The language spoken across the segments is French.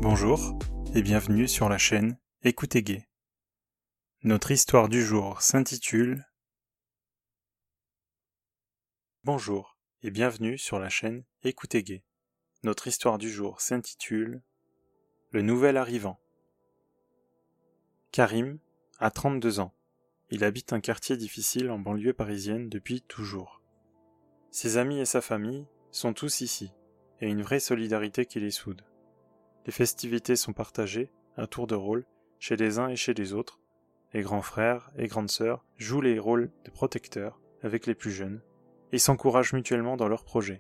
Bonjour et bienvenue sur la chaîne Écoutez Gay. Notre histoire du jour s'intitule Bonjour et bienvenue sur la chaîne Écoutez Gay. Notre histoire du jour s'intitule Le nouvel arrivant. Karim a 32 ans. Il habite un quartier difficile en banlieue parisienne depuis toujours. Ses amis et sa famille sont tous ici, et une vraie solidarité qui les soude. Les festivités sont partagées, à tour de rôle, chez les uns et chez les autres. Les grands frères et grandes sœurs jouent les rôles de protecteurs avec les plus jeunes, et s'encouragent mutuellement dans leurs projets.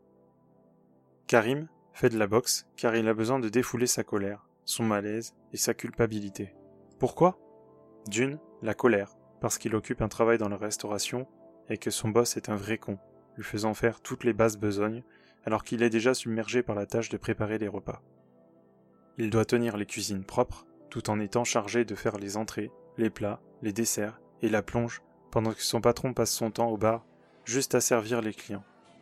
Karim fait de la boxe car il a besoin de défouler sa colère, son malaise et sa culpabilité. Pourquoi ? D'une, la colère, parce qu'il occupe un travail dans la restauration et que son boss est un vrai con, lui faisant faire toutes les basses besognes alors qu'il est déjà submergé par la tâche de préparer les repas. Il doit tenir les cuisines propres tout en étant chargé de faire les entrées, les plats, les desserts et la plonge pendant que son patron passe son temps au bar juste à servir les clients.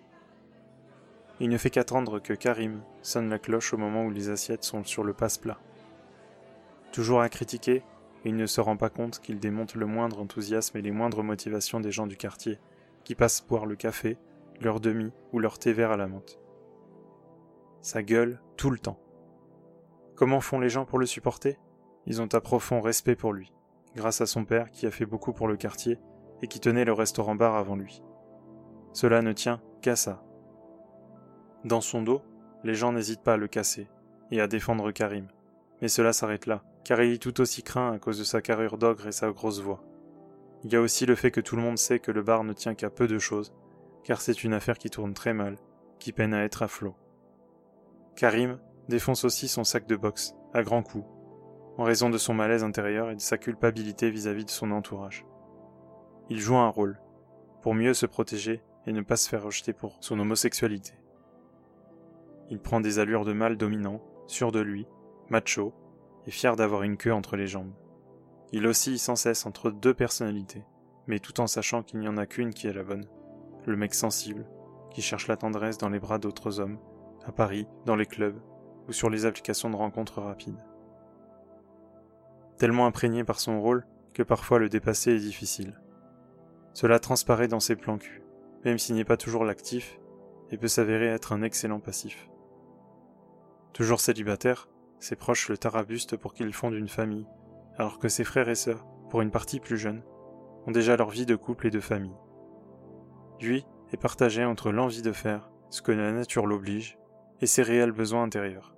Il ne fait qu'attendre que Karim sonne la cloche au moment où les assiettes sont sur le passe-plat. Toujours à critiquer, il ne se rend pas compte qu'il démonte le moindre enthousiasme et les moindres motivations des gens du quartier, qui passent boire le café, leur demi ou leur thé vert à la menthe. Ça gueule tout le temps. Comment font les gens pour le supporter ? Ils ont un profond respect pour lui, grâce à son père qui a fait beaucoup pour le quartier et qui tenait le restaurant-bar avant lui. Cela ne tient qu'à ça. Dans son dos, les gens n'hésitent pas à le casser et à défendre Karim. Mais cela s'arrête là, car il est tout aussi craint à cause de sa carrure d'ogre et sa grosse voix. Il y a aussi le fait que tout le monde sait que le bar ne tient qu'à peu de choses, car c'est une affaire qui tourne très mal, qui peine à être à flot. Karim défonce aussi son sac de boxe, à grands coups, en raison de son malaise intérieur et de sa culpabilité vis-à-vis de son entourage. Il joue un rôle, pour mieux se protéger et ne pas se faire rejeter pour son homosexualité. Il prend des allures de mâle dominant, sûr de lui, macho, et fier d'avoir une queue entre les jambes. Il oscille sans cesse entre deux personnalités, mais tout en sachant qu'il n'y en a qu'une qui est la bonne. Le mec sensible, qui cherche la tendresse dans les bras d'autres hommes, à Paris, dans les clubs, ou sur les applications de rencontres rapides. Tellement imprégné par son rôle que parfois le dépasser est difficile. Cela transparaît dans ses plans cul, même s'il n'est pas toujours l'actif, et peut s'avérer être un excellent passif. Toujours célibataire, ses proches le tarabustent pour qu'il fonde une famille, alors que ses frères et sœurs, pour une partie plus jeune, ont déjà leur vie de couple et de famille. Lui est partagé entre l'envie de faire ce que la nature l'oblige et ses réels besoins intérieurs.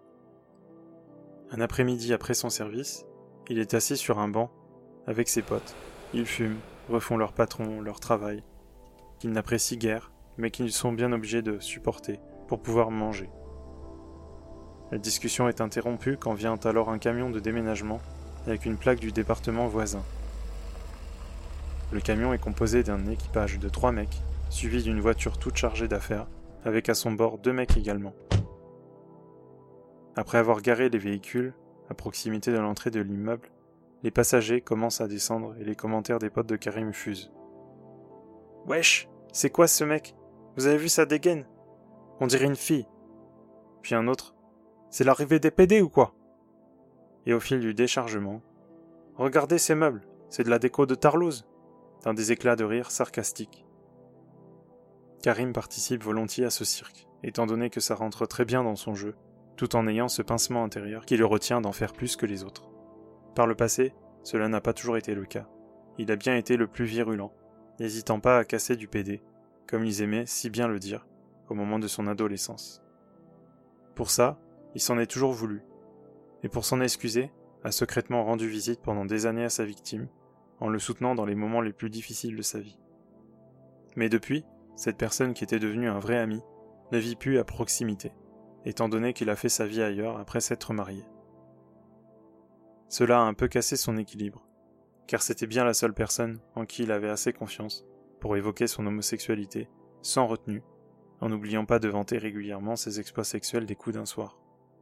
Un après-midi après son service, il est assis sur un banc avec ses potes. Ils fument, refont leur patron, leur travail, qu'ils n'apprécient guère, mais qu'ils sont bien obligés de supporter pour pouvoir manger. La discussion est interrompue quand vient alors un camion de déménagement avec une plaque du département voisin. Le camion est composé d'un équipage de 3 mecs, suivi d'une voiture toute chargée d'affaires, avec à son bord 2 mecs également. Après avoir garé les véhicules à proximité de l'entrée de l'immeuble, les passagers commencent à descendre et les commentaires des potes de Karim fusent. « Wesh, c'est quoi ce mec ? Vous avez vu sa dégaine ? On dirait une fille. » Puis un autre. « C'est l'arrivée des PD ou quoi ?» Et au fil du déchargement, « Regardez ces meubles, c'est de la déco de Tarlouse !» dans des éclats de rire sarcastiques. Karim participe volontiers à ce cirque, étant donné que ça rentre très bien dans son jeu, tout en ayant ce pincement intérieur qui le retient d'en faire plus que les autres. Par le passé, cela n'a pas toujours été le cas. Il a bien été le plus virulent, n'hésitant pas à casser du PD, comme ils aimaient si bien le dire, au moment de son adolescence. Pour ça, il s'en est toujours voulu, et pour s'en excuser, a secrètement rendu visite pendant des années à sa victime, en le soutenant dans les moments les plus difficiles de sa vie. Mais depuis, cette personne qui était devenue un vrai ami, ne vit plus à proximité, étant donné qu'il a fait sa vie ailleurs après s'être marié. Cela a un peu cassé son équilibre, car c'était bien la seule personne en qui il avait assez confiance pour évoquer son homosexualité, sans retenue, en n'oubliant pas de vanter régulièrement ses exploits sexuels des coups d'un soir.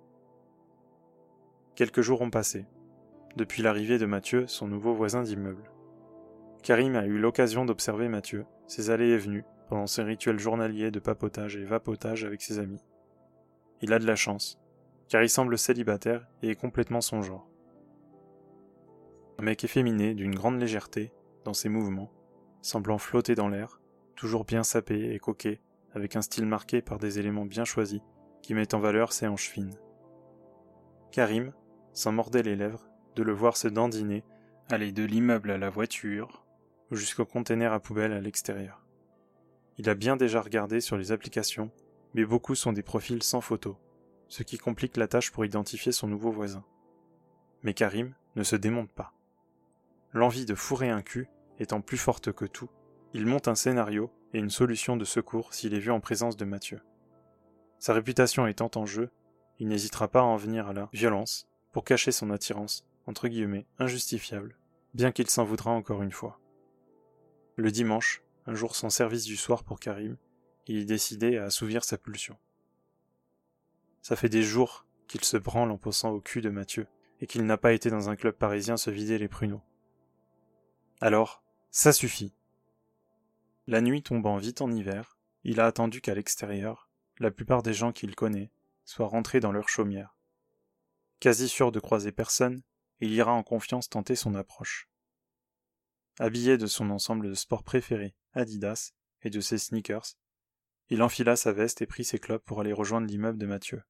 Quelques jours ont passé, depuis l'arrivée de Mathieu, son nouveau voisin d'immeuble. Karim a eu l'occasion d'observer Mathieu, ses allées et venues, pendant ses rituels journaliers de papotage et vapotage avec ses amis. Il a de la chance. car il semble célibataire et est complètement son genre. Un mec efféminé d'une grande légèreté dans ses mouvements, semblant flotter dans l'air, toujours bien sapé et coquet, avec un style marqué par des éléments bien choisis qui mettent en valeur ses hanches fines. Karim s'en mordait les lèvres de le voir se dandiner, aller de l'immeuble à la voiture ou jusqu'au conteneur à poubelle à l'extérieur. Il a bien déjà regardé sur les applications, mais beaucoup sont des profils sans photo, ce qui complique la tâche pour identifier son nouveau voisin. Mais Karim ne se démonte pas. L'envie de fourrer un cul étant plus forte que tout, il monte un scénario et une solution de secours s'il est vu en présence de Mathieu. Sa réputation étant en jeu, il n'hésitera pas à en venir à la violence pour cacher son attirance, entre guillemets, injustifiable, bien qu'il s'en voudra encore une fois. Le dimanche, un jour sans service du soir pour Karim, il est décidé à assouvir sa pulsion. Ça fait des jours qu'il se branle en poussant au cul de Mathieu, et qu'il n'a pas été dans un club parisien se vider les pruneaux. Alors, ça suffit. La nuit tombant vite en hiver, il a attendu qu'à l'extérieur, la plupart des gens qu'il connaît soient rentrés dans leur chaumière. Quasi sûr de croiser personne, il ira en confiance tenter son approche. Habillé de son ensemble de sport préféré, Adidas, et de ses sneakers, il enfila sa veste et prit ses clopes pour aller rejoindre l'immeuble de Mathieu.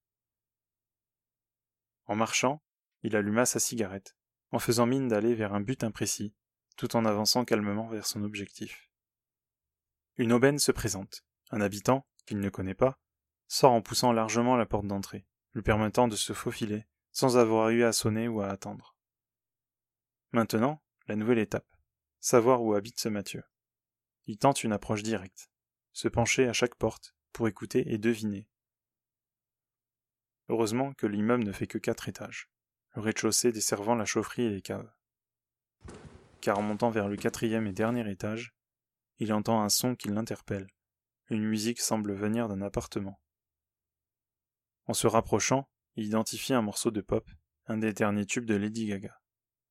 En marchant, il alluma sa cigarette, en faisant mine d'aller vers un but imprécis, tout en avançant calmement vers son objectif. Une aubaine se présente. Un habitant, qu'il ne connaît pas, sort en poussant largement la porte d'entrée, lui permettant de se faufiler, sans avoir eu à sonner ou à attendre. Maintenant, la nouvelle étape, savoir où habite ce Mathieu. Il tente une approche directe, se pencher à chaque porte pour écouter et deviner. Heureusement que l'immeuble ne fait que 4 étages, le rez-de-chaussée desservant la chaufferie et les caves. Car en montant vers le 4e et dernier étage, il entend un son qui l'interpelle. Une musique semble venir d'un appartement. En se rapprochant, il identifie un morceau de pop, un des derniers tubes de Lady Gaga.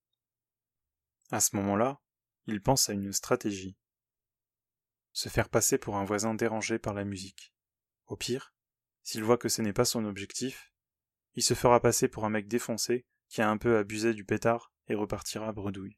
À ce moment-là, il pense à une stratégie. Se faire passer pour un voisin dérangé par la musique. Au pire, s'il voit que ce n'est pas son objectif, il se fera passer pour un mec défoncé qui a un peu abusé du pétard et repartira bredouille.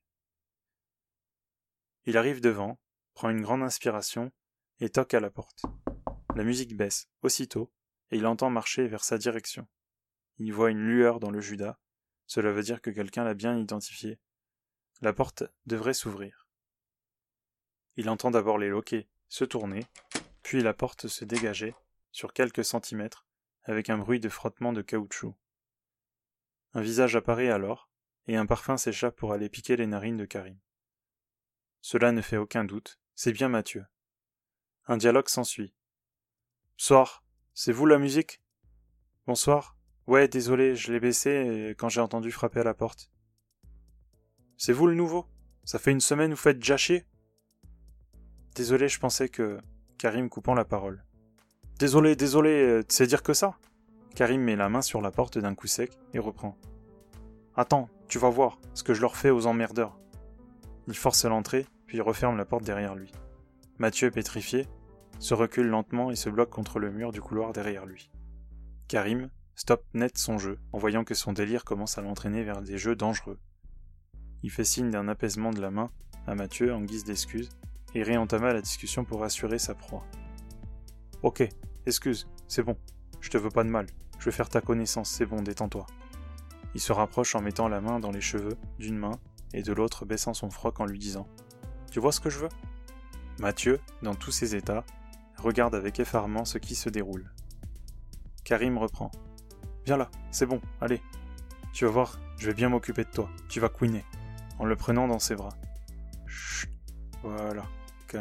Il arrive devant, prend une grande inspiration et toque à la porte. La musique baisse, aussitôt, et il entend marcher vers sa direction. Il voit une lueur dans le Judas, cela veut dire que quelqu'un l'a bien identifié. La porte devrait s'ouvrir. Il entend d'abord les loquets se tourner, puis la porte se dégager, sur quelques centimètres, avec un bruit de frottement de caoutchouc. Un visage apparaît alors, et un parfum s'échappe pour aller piquer les narines de Karim. Cela ne fait aucun doute, c'est bien Mathieu. Un dialogue s'ensuit. « Bonsoir, c'est vous la musique ? » ?»« Bonsoir. Ouais, désolé, je l'ai baissé quand j'ai entendu frapper à la porte. »« C'est vous le nouveau ? Ça fait une semaine vous faites jacher ?»« Désolé, je pensais que... » Karim coupant la parole. « Désolé, tu sais dire que ça ?» Karim met la main sur la porte d'un coup sec et reprend. « Attends, tu vas voir ce que je leur fais aux emmerdeurs. » Il force l'entrée, puis referme la porte derrière lui. Mathieu, pétrifié, se recule lentement et se bloque contre le mur du couloir derrière lui. Karim stoppe net son jeu, en voyant que son délire commence à l'entraîner vers des jeux dangereux. Il fait signe d'un apaisement de la main à Mathieu en guise d'excuse, et réentama la discussion pour rassurer sa proie. « Ok, excuse, c'est bon, je te veux pas de mal, je veux faire ta connaissance, c'est bon, détends-toi. » Il se rapproche en mettant la main dans les cheveux d'une main et de l'autre baissant son froc en lui disant « Tu vois ce que je veux ?» Mathieu, dans tous ses états, regarde avec effarement ce qui se déroule. Karim reprend. « Viens là, c'est bon, allez. Tu vas voir, je vais bien m'occuper de toi, tu vas couiner. » En le prenant dans ses bras. « Chut, voilà, calme-toi. »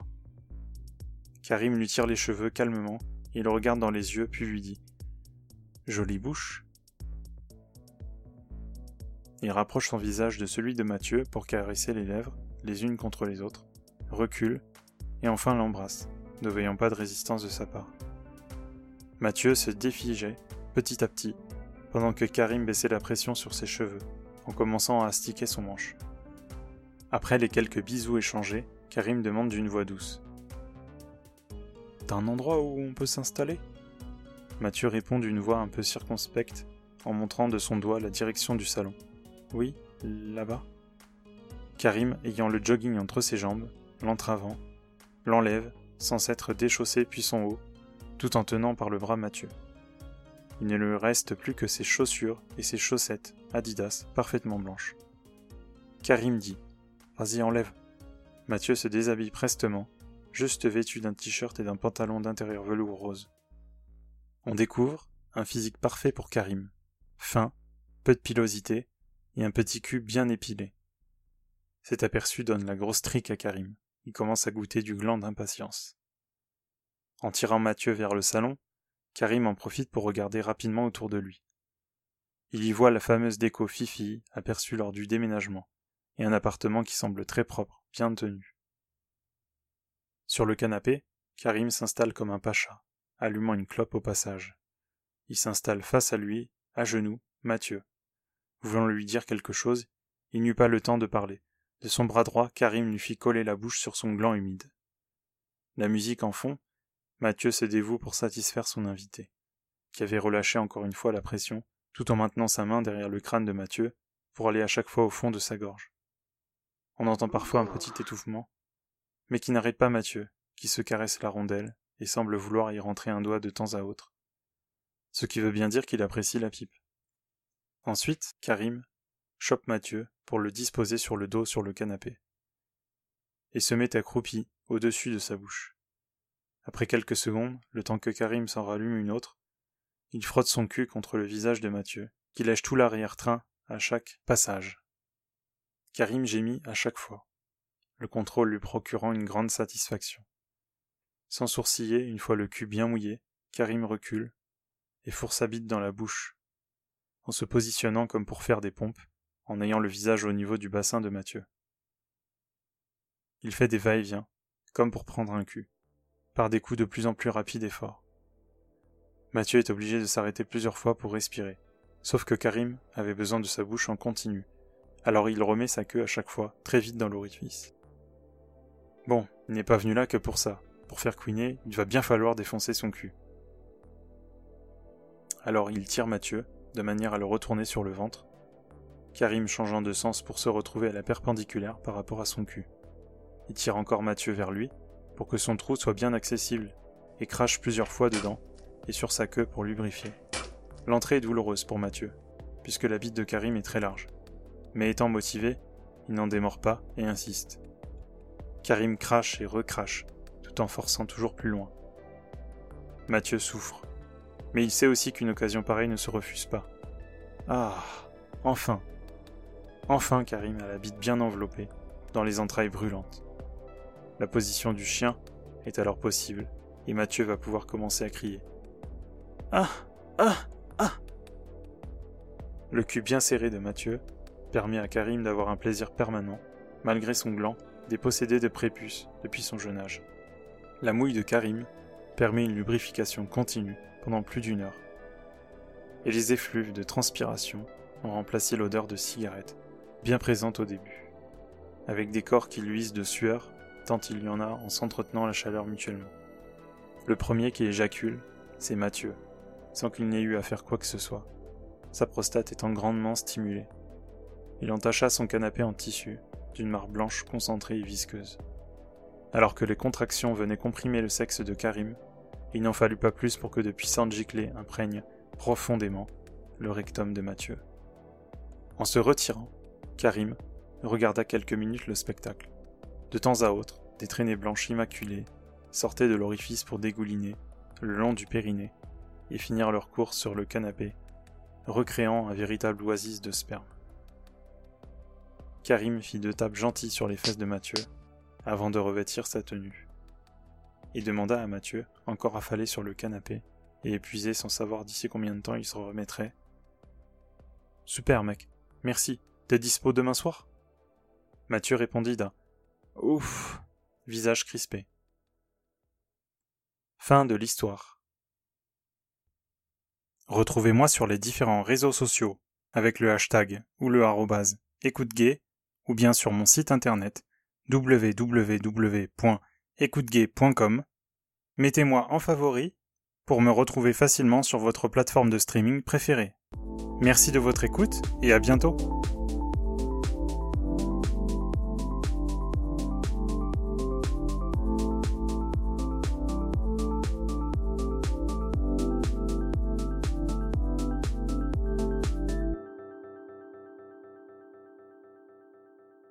Karim lui tire les cheveux calmement, il le regarde dans les yeux puis lui dit « Jolie bouche. » Il rapproche son visage de celui de Mathieu pour caresser les lèvres, les unes contre les autres, recule, et enfin l'embrasse, ne voyant pas de résistance de sa part. Mathieu se défigeait, petit à petit, pendant que Karim baissait la pression sur ses cheveux, en commençant à astiquer son manche. Après les quelques bisous échangés, Karim demande d'une voix douce. « T'as un endroit où on peut s'installer ?» Mathieu répond d'une voix un peu circonspecte, en montrant de son doigt la direction du salon. « Oui, là-bas ?» Karim, ayant le jogging entre ses jambes, l'entravant, l'enlève, sans s'être déchaussé puis son haut, tout en tenant par le bras Mathieu. Il ne lui reste plus que ses chaussures et ses chaussettes Adidas parfaitement blanches. Karim dit « Vas-y, enlève !» Mathieu se déshabille prestement, juste vêtu d'un t-shirt et d'un pantalon d'intérieur velours rose. On découvre un physique parfait pour Karim, fin, peu de pilosité et un petit cul bien épilé. Cet aperçu donne la grosse trique à Karim. Il commence à goûter du gland d'impatience. En tirant Mathieu vers le salon, Karim en profite pour regarder rapidement autour de lui. Il y voit la fameuse déco Fifi aperçue lors du déménagement, et un appartement qui semble très propre, bien tenu. Sur le canapé, Karim s'installe comme un pacha, allumant une clope au passage. Il s'installe face à lui, à genoux, Mathieu. Voulant lui dire quelque chose, il n'eut pas le temps de parler. De son bras droit, Karim lui fit coller la bouche sur son gland humide. La musique en fond, Mathieu se dévoue pour satisfaire son invité, qui avait relâché encore une fois la pression, tout en maintenant sa main derrière le crâne de Mathieu, pour aller à chaque fois au fond de sa gorge. On entend parfois un petit étouffement, mais qui n'arrête pas Mathieu, qui se caresse la rondelle et semble vouloir y rentrer un doigt de temps à autre, ce qui veut bien dire qu'il apprécie la pipe. Ensuite, Karim chope Mathieu pour le disposer sur le dos sur le canapé, et se met accroupi au-dessus de sa bouche. Après quelques secondes, le temps que Karim s'en rallume une autre, il frotte son cul contre le visage de Mathieu, qui lèche tout l'arrière-train à chaque passage. Karim gémit à chaque fois, le contrôle lui procurant une grande satisfaction. Sans sourciller, une fois le cul bien mouillé, Karim recule et fourre sa bite dans la bouche, en se positionnant comme pour faire des pompes, en ayant le visage au niveau du bassin de Mathieu. Il fait des va-et-vient, comme pour prendre un cul, par des coups de plus en plus rapides et forts. Mathieu est obligé de s'arrêter plusieurs fois pour respirer, sauf que Karim avait besoin de sa bouche en continu, alors il remet sa queue à chaque fois, très vite dans l'orifice. Bon, il n'est pas venu là que pour ça. Pour faire couiner, il va bien falloir défoncer son cul. Alors il tire Mathieu, de manière à le retourner sur le ventre, Karim changeant de sens pour se retrouver à la perpendiculaire par rapport à son cul. Il tire encore Mathieu vers lui, pour que son trou soit bien accessible, et crache plusieurs fois dedans, et sur sa queue pour lubrifier. L'entrée est douloureuse pour Mathieu, puisque la bite de Karim est très large. Mais étant motivé, il n'en démord pas et insiste. Karim crache et recrache, tout en forçant toujours plus loin. Mathieu souffre, mais il sait aussi qu'une occasion pareille ne se refuse pas. Ah, enfin! Enfin Karim a la bite bien enveloppée, dans les entrailles brûlantes. La position du chien est alors possible, et Mathieu va pouvoir commencer à crier. Ah! Ah! Ah! Le cul bien serré de Mathieu permet à Karim d'avoir un plaisir permanent, malgré son gland, dépossédé de prépuce depuis son jeune âge. La mouille de Karim permet une lubrification continue pendant plus d'1 heure. Et les effluves de transpiration ont remplacé l'odeur de cigarette, bien présente au début, avec des corps qui luisent de sueur, tant il y en a en s'entretenant la chaleur mutuellement. Le premier qui éjacule, c'est Mathieu, sans qu'il n'ait eu à faire quoi que ce soit, sa prostate étant grandement stimulée. Il entacha son canapé en tissu, d'une marque blanche concentrée et visqueuse. Alors que les contractions venaient comprimer le sexe de Karim, il n'en fallut pas plus pour que de puissantes giclées imprègnent profondément le rectum de Mathieu. En se retirant, Karim regarda quelques minutes le spectacle. De temps à autre, des traînées blanches immaculées sortaient de l'orifice pour dégouliner le long du périnée et finir leur course sur le canapé, recréant un véritable oasis de sperme. Karim fit 2 tapes gentilles sur les fesses de Mathieu avant de revêtir sa tenue. Il demanda à Mathieu, encore affalé sur le canapé et épuisé sans savoir d'ici combien de temps il se remettrait. « Super mec, merci, t'es dispo demain soir ?» Mathieu répondit d'un « Ouf !» visage crispé. Fin de l'histoire. Retrouvez-moi sur les différents réseaux sociaux avec le hashtag ou le @ écoute-gay ou bien sur mon site internet www.écoutegay.com. Mettez-moi en favori pour me retrouver facilement sur votre plateforme de streaming préférée. Merci de votre écoute et à bientôt.